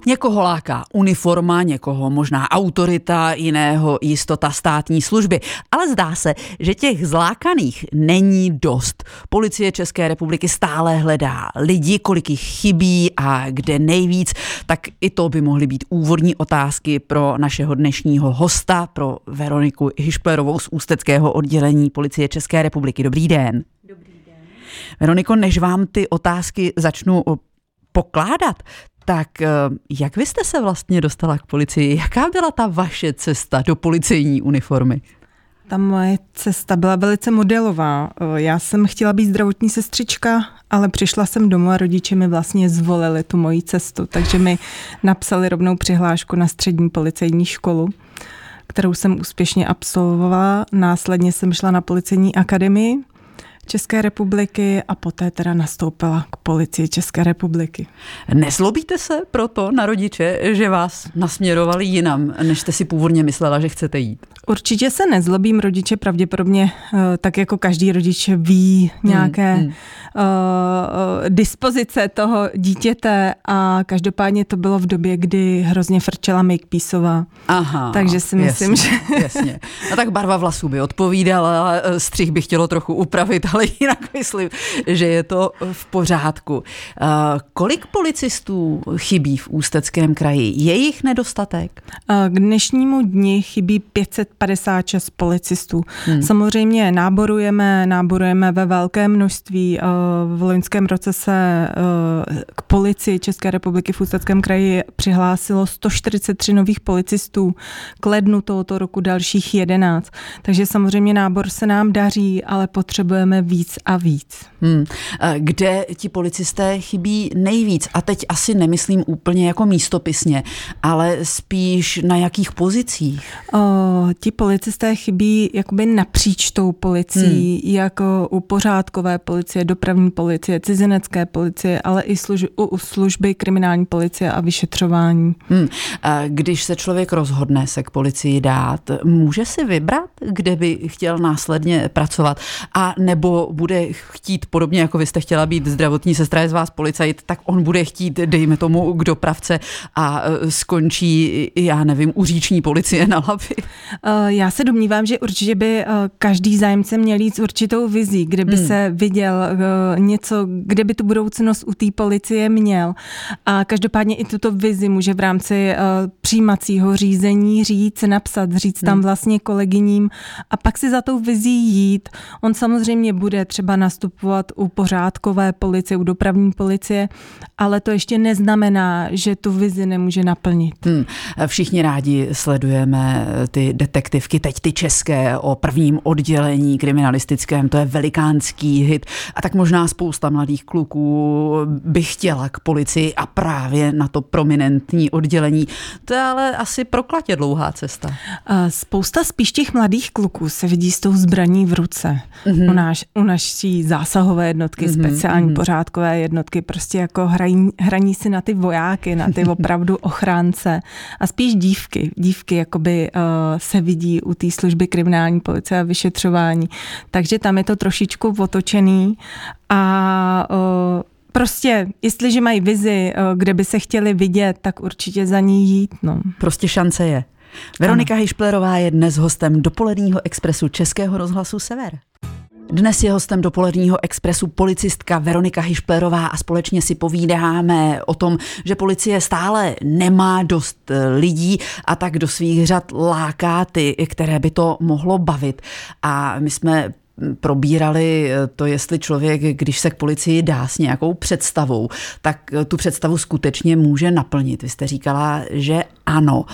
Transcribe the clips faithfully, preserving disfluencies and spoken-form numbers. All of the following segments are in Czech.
Někoho láká uniforma, někoho možná autorita, jiného jistota státní služby. Ale zdá se, že těch zlákaných není dost. Policie České republiky stále hledá lidi, kolik jich chybí a kde nejvíc. Tak i to by mohly být úvodní otázky pro našeho dnešního hosta, pro Veroniku Hišplerovou z ústeckého oddělení Policie České republiky. Dobrý den. Dobrý den. Veroniko, než vám ty otázky začnu pokládat, tak jak vy jste se vlastně dostala k policii? Jaká byla ta vaše cesta do policejní uniformy? Ta moje cesta byla velice modelová. Já jsem chtěla být zdravotní sestřička, ale přišla jsem domů a rodiče mi vlastně zvolili tu moji cestu, takže mi napsali rovnou přihlášku na střední policejní školu, kterou jsem úspěšně absolvovala. Následně jsem šla na policejní akademii České republiky a poté teda nastoupila k Policii České republiky. Nezlobíte se proto na rodiče, že vás nasměrovali jinam, než jste si původně myslela, že chcete jít? Určitě se nezlobím, rodiče pravděpodobně, tak jako každý rodič ví nějaké hmm, hmm. Uh, dispozice toho dítěte a každopádně to bylo v době, kdy hrozně frčela Makepeaceová. Aha, takže si myslím, jasně, že... jasně. No tak barva vlasů by odpovídala, střih by chtělo trochu upravit, ale jinak myslím, že je to v pořádku. Uh, kolik policistů chybí v Ústeckém kraji? Je jich nedostatek? Uh, k dnešnímu dni chybí pět set padesát šest policistů. Hmm. Samozřejmě náborujeme, náborujeme ve velkém množství. Uh, v loňském roce se uh, k Policii České republiky v Ústeckém kraji přihlásilo sto čtyřicet tři nových policistů. K lednu tohoto roku dalších jedenáct. Takže samozřejmě nábor se nám daří, ale potřebujeme víc a víc. Hmm. Kde ti policisté chybí nejvíc? A teď asi nemyslím úplně jako místopisně, ale spíš na jakých pozicích? O, ti policisté chybí jakoby napříč tou policií, hmm. jako u pořádkové policie, dopravní policie, cizinecké policie, ale i služ- u služby kriminální policie a vyšetřování. Hmm. Když se člověk rozhodne se k policii dát, může si vybrat, kde by chtěl následně pracovat? A nebo bude chtít, podobně jako vy jste chtěla být zdravotní sestra, je z vás policajt, tak on bude chtít, dejme tomu, k dopravce a skončí, já nevím, u říční policie na Labi? Já se domnívám, že určitě by každý zájemce měl jít s určitou vizí, kde by hmm. se viděl něco, kde by tu budoucnost u té policie měl. A každopádně i tuto vizi může v rámci přijímacího řízení říct, napsat, říct tam vlastně kolegyním a pak si za tou vizí jít. On samozřejmě bude třeba nastupovat u pořádkové policie, u dopravní policie, ale to ještě neznamená, že tu vizi nemůže naplnit. Hmm. Všichni rádi sledujeme ty detektivky, teď ty české o prvním oddělení kriminalistickém, to je velikánský hit a tak možná spousta mladých kluků by chtěla k policii a právě na to prominentní oddělení. To je ale asi proklatě dlouhá cesta. Spousta spíš těch mladých kluků se vidí s tou zbraní v ruce. Mm-hmm. U, náš, u naší zásahové jednotky, mm-hmm. speciální mm-hmm. pořádkové jednotky, prostě jako hraní, hraní si na ty vojáky, na ty opravdu ochránce a spíš dívky. Dívky jakoby uh, se vidí u té služby kriminální policie a vyšetřování. Takže tam je to trošičku otočený a uh, prostě, jestliže mají vizi, uh, kde by se chtěli vidět, tak určitě za ní jít. No. Prostě šance je. Veronika Hišplerová je dnes hostem dopoledního expresu Českého rozhlasu Sever. Dnes je hostem dopoledního expresu policistka Veronika Hišplerová a společně si povídáme o tom, že policie stále nemá dost lidí a tak do svých řad láká ty, které by to mohlo bavit. A my jsme probírali to, jestli člověk, když se k policii dá s nějakou představou, tak tu představu skutečně může naplnit. Vy jste říkala, že ano.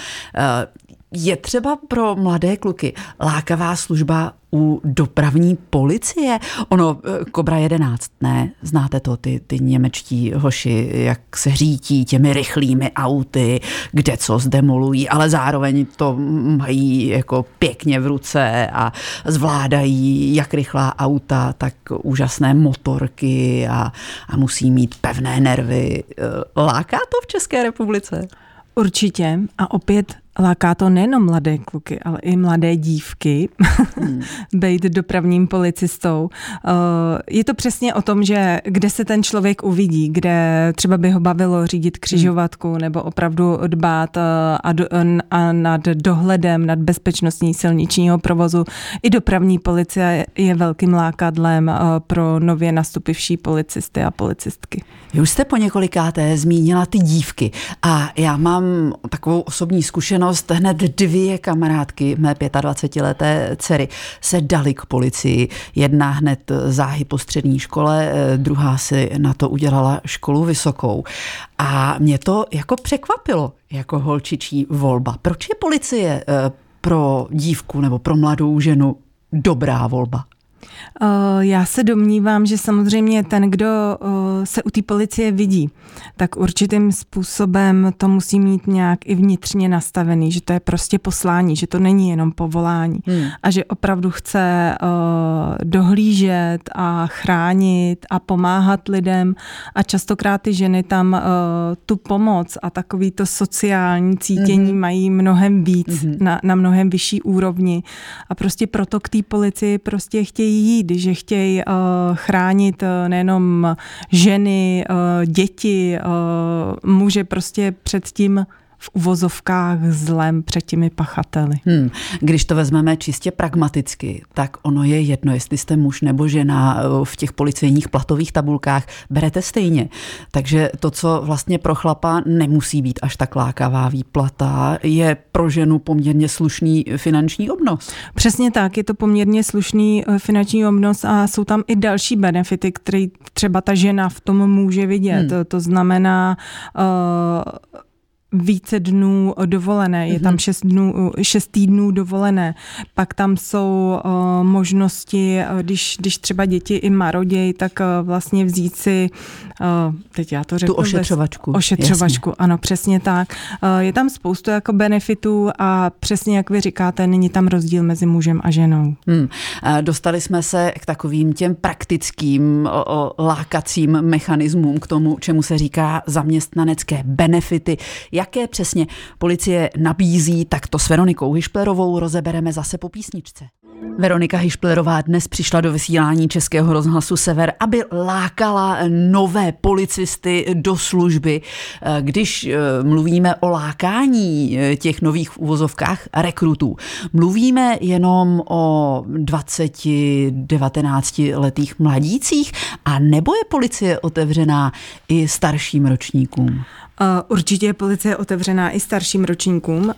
Je třeba pro mladé kluky lákavá služba u dopravní policie? Ono, Kobra jedenáct, ne? Znáte to, ty, ty němečtí hoši, jak se řítí těmi rychlými auty, kde co zdemolují, ale zároveň to mají jako pěkně v ruce a zvládají jak rychlá auta, tak úžasné motorky a, a musí mít pevné nervy. Láká to v České republice? Určitě a opět Láká to nejenom mladé kluky, ale i mladé dívky hmm. být dopravním policistou. Je to přesně o tom, že kde se ten člověk uvidí, kde třeba by ho bavilo řídit křižovatku nebo opravdu dbát a, do, a nad dohledem, nad bezpečností silničního provozu. I dopravní policie je velkým lákadlem pro nově nastupivší policisty a policistky. Vy už jste po několikáté zmínila ty dívky a já mám takovou osobní zkušenost. Hned dvě kamarádky mé dvacetileté dcery se daly k policii. Jedna hned záhy po střední škole, druhá si na to udělala školu vysokou. A mě to jako překvapilo, jako holčičí volba. Proč je policie pro dívku nebo pro mladou ženu dobrá volba? Já se domnívám, že samozřejmě ten, kdo se u té policie vidí, tak určitým způsobem to musí mít nějak i vnitřně nastavený, že to je prostě poslání, že to není jenom povolání hmm. a že opravdu chce dohlížet a chránit a pomáhat lidem a častokrát ty ženy tam tu pomoc a takový to sociální cítění hmm. mají mnohem víc, hmm. na, na mnohem vyšší úrovni a prostě proto k té policii prostě chtějí jít, že chtějí uh, chránit uh, nejenom ženy, uh, děti, uh, muže prostě před tím v uvozovkách zlem před těmi pachateli. Hmm. Když to vezmeme čistě pragmaticky, tak ono je jedno, jestli jste muž nebo žena, v těch policejních platových tabulkách berete stejně. Takže to, co vlastně pro chlapa nemusí být až tak lákavá výplata, je pro ženu poměrně slušný finanční obnos. Přesně tak, je to poměrně slušný finanční obnos a jsou tam i další benefity, které třeba ta žena v tom může vidět. Hmm. To, to znamená uh, více dnů dovolené, je tam šest, dnů, šest týdnů dovolené, pak tam jsou uh, možnosti, když, když třeba děti i maroděj, tak uh, vlastně vzít si, uh, teď já to řeknu, tu ošetřovačku. Bez, ošetřovačku, jasně. Ano, přesně tak. Uh, je tam spoustu jako benefitů a přesně jak vy říkáte, není tam rozdíl mezi mužem a ženou. Hmm. Dostali jsme se k takovým těm praktickým o, o, lákacím mechanismům, k tomu, čemu se říká zaměstnanecké benefity. Jaké přesně policie nabízí, tak to s Veronikou Hišplerovou rozebereme zase po písničce. Veronika Hišplerová dnes přišla do vysílání Českého rozhlasu Sever, aby lákala nové policisty do služby. Když mluvíme o lákání těch nových v uvozovkách rekrutů, mluvíme jenom o dvaceti, devatenáctiletých mladících, a nebo je policie otevřená i starším ročníkům? Určitě je policie otevřená i starším ročníkům.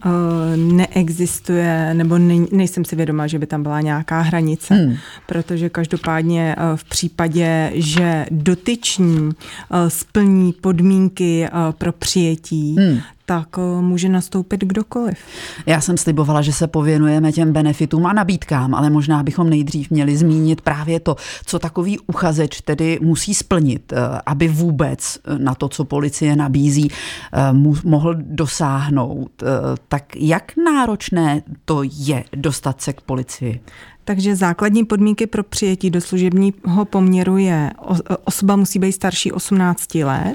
Neexistuje, nebo nejsem si vědomá, že by tam byla nějaká hranice, hmm. protože každopádně v případě, že dotyční splní podmínky pro přijetí, hmm. tak může nastoupit kdokoliv. Já jsem slibovala, že se pověnujeme těm benefitům a nabídkám, ale možná bychom nejdřív měli zmínit právě to, co takový uchazeč tedy musí splnit, aby vůbec na to, co policie nabízí, mohl dosáhnout. Tak jak náročné to je dostat se k policii? Takže základní podmínky pro přijetí do služebního poměru je, osoba musí být starší osmnácti let,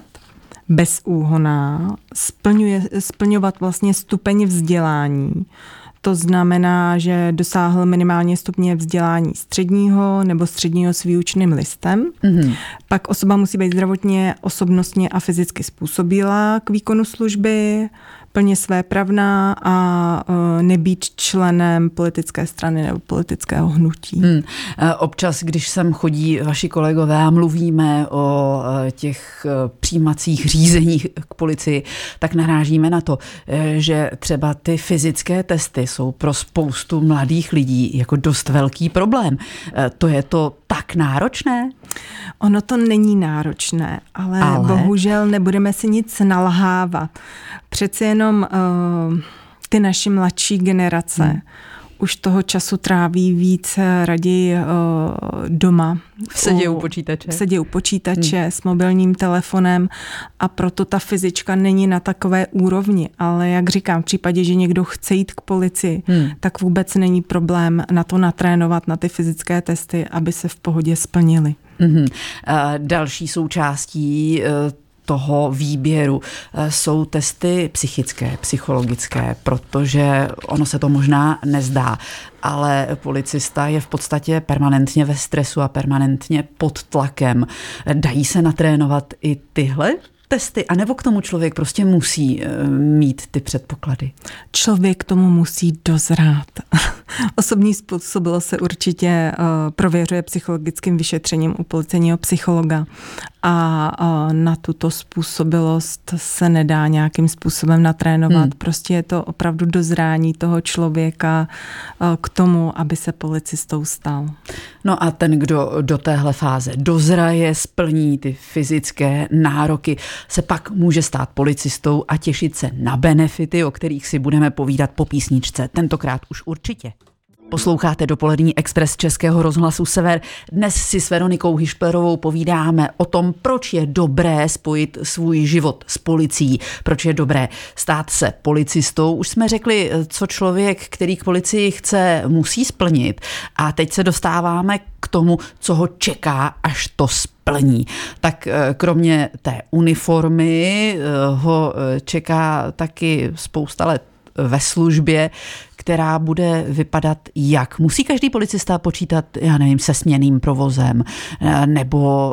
bezúhonná, splňuje, splňovat vlastně stupeň vzdělání. To znamená, že dosáhl minimálně stupně vzdělání středního nebo středního s výučným listem. Mm-hmm. Pak osoba musí být zdravotně, osobnostně a fyzicky způsobilá k výkonu služby, plně svépravná a nebýt členem politické strany nebo politického hnutí. Hmm. Občas, když sem chodí vaši kolegové a mluvíme o těch přijímacích řízeních k policii, tak narážíme na to, že třeba ty fyzické testy jsou pro spoustu mladých lidí jako dost velký problém. To je to tak náročné? Ono to není náročné, ale, ale... bohužel nebudeme si nic nalhávat. Přece jenom uh, ty naši mladší generace hmm. už toho času tráví víc raději uh, doma. V sedě u počítače. V sedě u počítače hmm. s mobilním telefonem a proto ta fyzička není na takové úrovni. Ale jak říkám, v případě, že někdo chce jít k policii, hmm. tak vůbec není problém na to natrénovat, na ty fyzické testy, aby se v pohodě splnily. Hmm. Další součástí toho výběru jsou testy psychické, psychologické, protože ono se to možná nezdá, ale policista je v podstatě permanentně ve stresu a permanentně pod tlakem. Dají se natrénovat i tyhle testy, anebo k tomu člověk prostě musí mít ty předpoklady? Člověk k tomu musí dozrát. Osobní způsobilost se určitě uh, prověřuje psychologickým vyšetřením u policejního psychologa a uh, na tuto způsobilost se nedá nějakým způsobem natrénovat. Hmm. Prostě je to opravdu dozrání toho člověka uh, k tomu, aby se policistou stal. No a ten, kdo do téhle fáze dozraje, splní ty fyzické nároky, se pak může stát policistou a těšit se na benefity, o kterých si budeme povídat po písničce. Tentokrát už určitě. Posloucháte Dopolední Express Českého rozhlasu Sever. Dnes si s Veronikou Hišplerovou povídáme o tom, proč je dobré spojit svůj život s policií, proč je dobré stát se policistou. Už jsme řekli, co člověk, který k policii chce, musí splnit. A teď se dostáváme k tomu, co ho čeká, až to splní. Tak kromě té uniformy ho čeká taky spousta let ve službě, která bude vypadat jak. Musí každý policista počítat, já nevím, se směnným provozem, nebo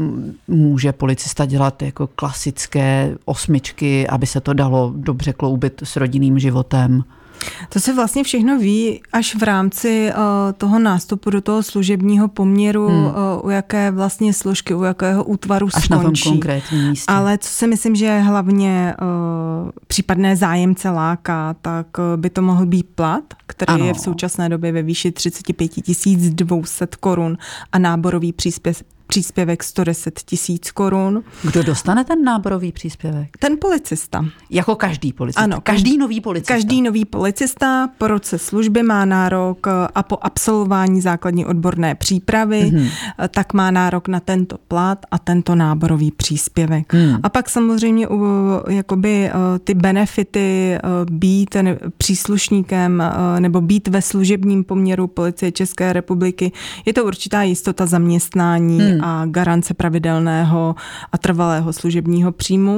může policista dělat jako klasické osmičky, aby se to dalo dobře kloubit s rodinným životem? To se vlastně všechno ví až v rámci uh, toho nástupu do toho služebního poměru, hmm. uh, u jaké vlastně složky, u jakého útvaru až skončí. Na tom konkrétním místě. Ale co si myslím, že hlavně uh, případné zájemce láká, tak uh, by to mohl být plat, který ano. je v současné době ve výši třicet pět tisíc dvě stě korun a náborový příspěv příspěvek sto deset tisíc korun. Kdo dostane ten náborový příspěvek? Ten policista. Jako každý policista? Ano. Každý nový policista? Každý nový policista po roce služby má nárok a po absolvování základní odborné přípravy, mm-hmm. tak má nárok na tento plat a tento náborový příspěvek. Mm. A pak samozřejmě jakoby ty benefity být příslušníkem nebo být ve služebním poměru Policie České republiky, je to určitá jistota zaměstnání mm. a garance pravidelného a trvalého služebního příjmu.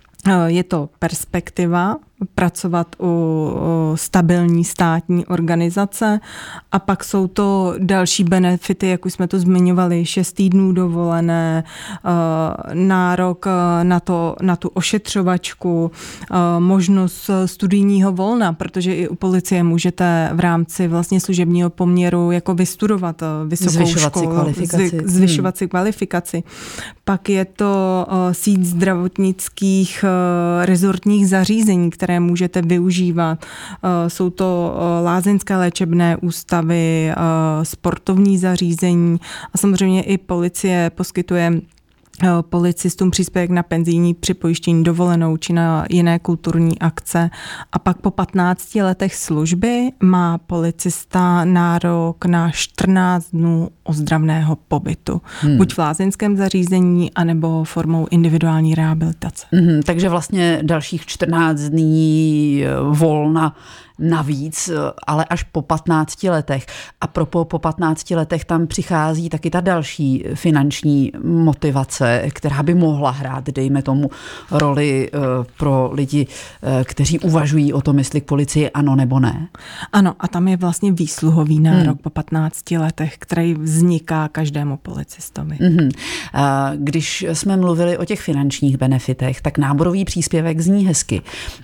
Je to perspektiva pracovat u stabilní státní organizace a pak jsou to další benefity, jak už jsme to zmiňovali, šest týdnů dovolené, nárok na, to, na tu ošetřovačku, možnost studijního volna, protože i u policie můžete v rámci vlastně služebního poměru jako vystudovat vysokou zvyšovat školu, si kvalifikaci. Zvi, zvyšovat hmm. si kvalifikaci. Pak je to síť zdravotnických rezortních zařízení, které můžete využívat. Jsou to lázeňské léčebné ústavy, sportovní zařízení a samozřejmě i policie poskytuje policistům příspěvek na penzijní připojištění, dovolenou či na jiné kulturní akce. A pak po patnácti letech služby má policista nárok na čtrnáct dnů ozdravného pobytu. Hmm. Buď v lázeňském zařízení, anebo formou individuální rehabilitace. Hmm, takže vlastně dalších čtrnáct dní volna navíc, ale až po patnácti letech. A propo po patnácti letech tam přichází taky ta další finanční motivace, která by mohla hrát, dejme tomu, roli pro lidi, kteří uvažují o tom, jestli k policii ano nebo ne. Ano, a tam je vlastně výsluhový nárok hmm. po patnácti letech, který vzniká každému policistovi. Hmm. Když jsme mluvili o těch finančních benefitech, tak náborový příspěvek zní hezky,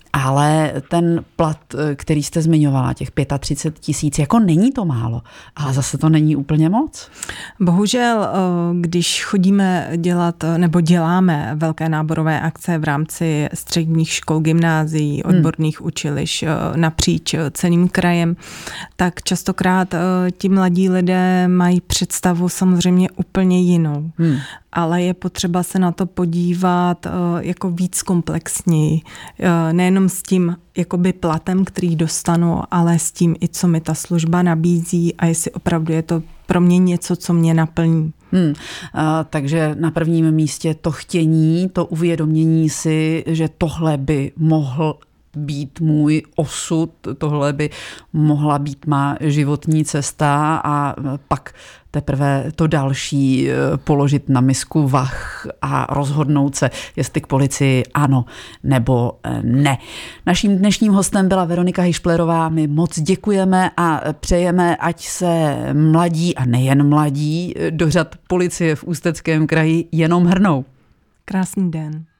ale ten plat, který jste zmiňovala, těch třicet pět tisíc, jako není to málo, ale zase to není úplně moc. Bohužel, když chodíme dělat, nebo děláme velké náborové akce v rámci středních škol, gymnázií, odborných hmm. učilišť napříč celým krajem, tak častokrát ti mladí lidé mají představu samozřejmě úplně jinou. Hmm. Ale je potřeba se na to podívat jako víc komplexněji. Nejenom s tím jakoby platem, který dostanu, ale s tím i co mi ta služba nabízí a jestli opravdu je to pro mě něco, co mě naplní. Hmm. A, takže na prvním místě to chtění, to uvědomění si, že tohle by mohl být můj osud, tohle by mohla být má životní cesta a pak teprve to další položit na misku vah a rozhodnout se, jestli k policii ano nebo ne. Naším dnešním hostem byla Veronika Hišplerová. My moc děkujeme a přejeme, ať se mladí a nejen mladí do řad policie v Ústeckém kraji jenom hrnou. Krásný den.